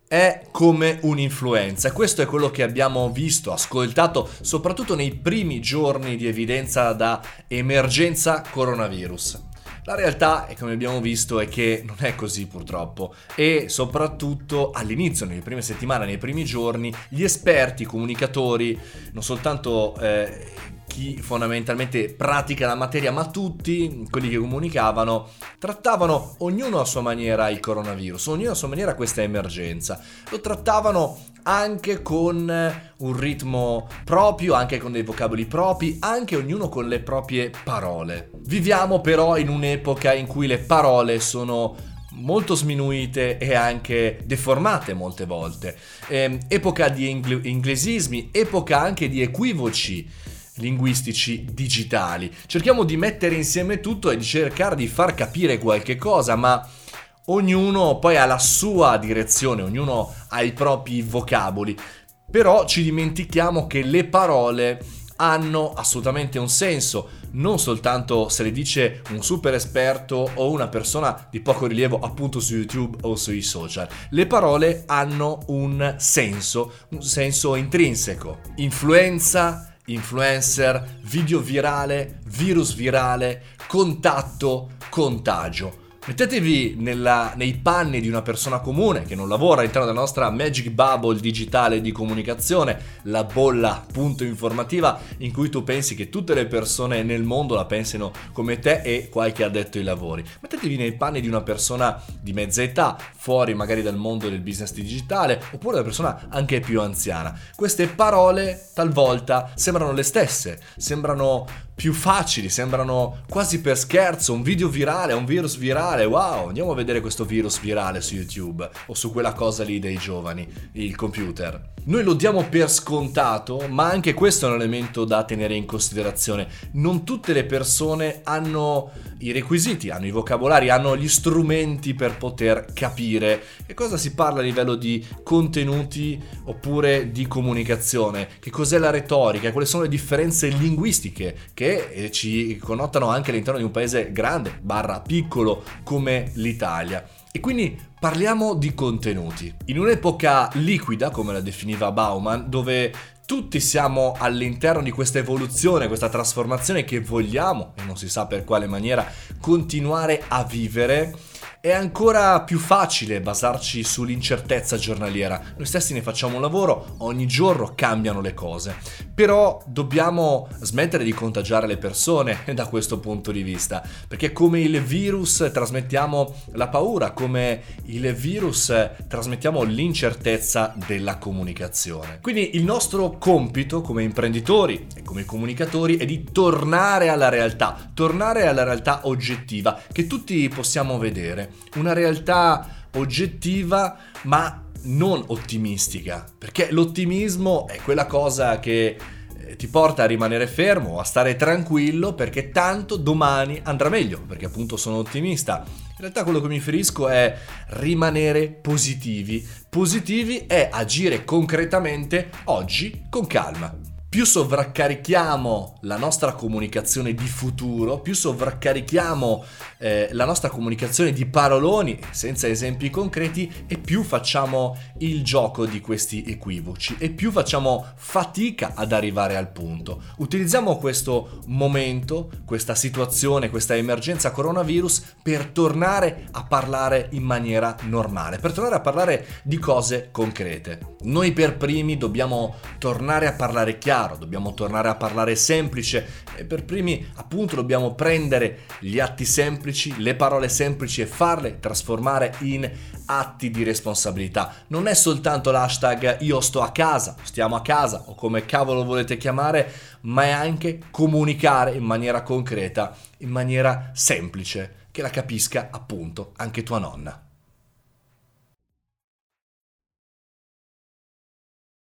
è come un'influenza. Questo è quello che abbiamo visto, ascoltato, soprattutto nei primi giorni di evidenza da emergenza coronavirus. La realtà, come abbiamo visto, è che non è così purtroppo, e soprattutto all'inizio, nelle prime settimane, nei primi giorni, gli esperti, i comunicatori, non soltanto chi fondamentalmente pratica la materia, ma tutti quelli che comunicavano, trattavano ognuno a sua maniera il coronavirus, ognuno a sua maniera questa emergenza. Lo trattavano anche con un ritmo proprio, anche con dei vocaboli propri, anche ognuno con le proprie parole. Viviamo però in un'epoca in cui le parole sono molto sminuite e anche deformate molte volte. Epoca di inglesismi, epoca anche di equivoci linguistici digitali. Cerchiamo di mettere insieme tutto e di cercare di far capire qualche cosa, ma ognuno poi ha la sua direzione, ognuno ha i propri vocaboli. Però ci dimentichiamo che le parole hanno assolutamente un senso, non soltanto se le dice un super esperto o una persona di poco rilievo appunto su YouTube o sui social. Le parole hanno un senso intrinseco. Influenza, influencer, video virale, virus virale, contatto, contagio. Mettetevi nei panni di una persona comune che non lavora all'interno della nostra magic bubble digitale di comunicazione, la bolla appunto informativa in cui tu pensi che tutte le persone nel mondo la pensino come te e qualche addetto ai lavori. Mettetevi nei panni di una persona di mezza età, fuori magari dal mondo del business digitale, oppure una persona anche più anziana. Queste parole talvolta sembrano le stesse, sembrano più facili, sembrano quasi per scherzo, un video virale, un virus virale, wow, andiamo a vedere questo virus virale su YouTube o su quella cosa lì dei giovani, il computer. Noi lo diamo per scontato, ma anche questo è un elemento da tenere in considerazione. Non tutte le persone hanno i requisiti, hanno i vocabolari, hanno gli strumenti per poter capire che cosa si parla a livello di contenuti oppure di comunicazione, che cos'è la retorica, quali sono le differenze linguistiche che ci connotano anche all'interno di un paese grande, piccolo come l'Italia. E quindi parliamo di contenuti. In un'epoca liquida, come la definiva Bauman, dove tutti siamo all'interno di questa evoluzione, questa trasformazione che vogliamo, e non si sa per quale maniera, continuare a vivere, è ancora più facile basarci sull'incertezza giornaliera. Noi stessi ne facciamo un lavoro, ogni giorno cambiano le cose, però dobbiamo smettere di contagiare le persone da questo punto di vista, perché come il virus trasmettiamo la paura, come il virus trasmettiamo l'incertezza della comunicazione. Quindi il nostro compito come imprenditori e come comunicatori è di tornare alla realtà oggettiva che tutti possiamo vedere. Una realtà oggettiva ma non ottimistica, perché l'ottimismo è quella cosa che ti porta a rimanere fermo, a stare tranquillo perché tanto domani andrà meglio, perché appunto sono ottimista. In realtà quello che mi riferisco è rimanere positivi. Positivi è agire concretamente oggi con calma. Più sovraccarichiamo la nostra comunicazione di futuro, più sovraccarichiamo la nostra comunicazione di paroloni senza esempi concreti, e più facciamo il gioco di questi equivoci e più facciamo fatica ad arrivare al punto. Utilizziamo questo momento, questa situazione, questa emergenza coronavirus per tornare a parlare in maniera normale, per tornare a parlare di cose concrete. Noi per primi dobbiamo tornare a parlare chiaro, dobbiamo tornare a parlare semplice e per primi appunto dobbiamo prendere gli atti semplici, le parole semplici e farle trasformare in atti di responsabilità. Non è soltanto l'hashtag io sto a casa, stiamo a casa o come cavolo volete chiamare, ma è anche comunicare in maniera concreta, in maniera semplice, che la capisca appunto anche tua nonna.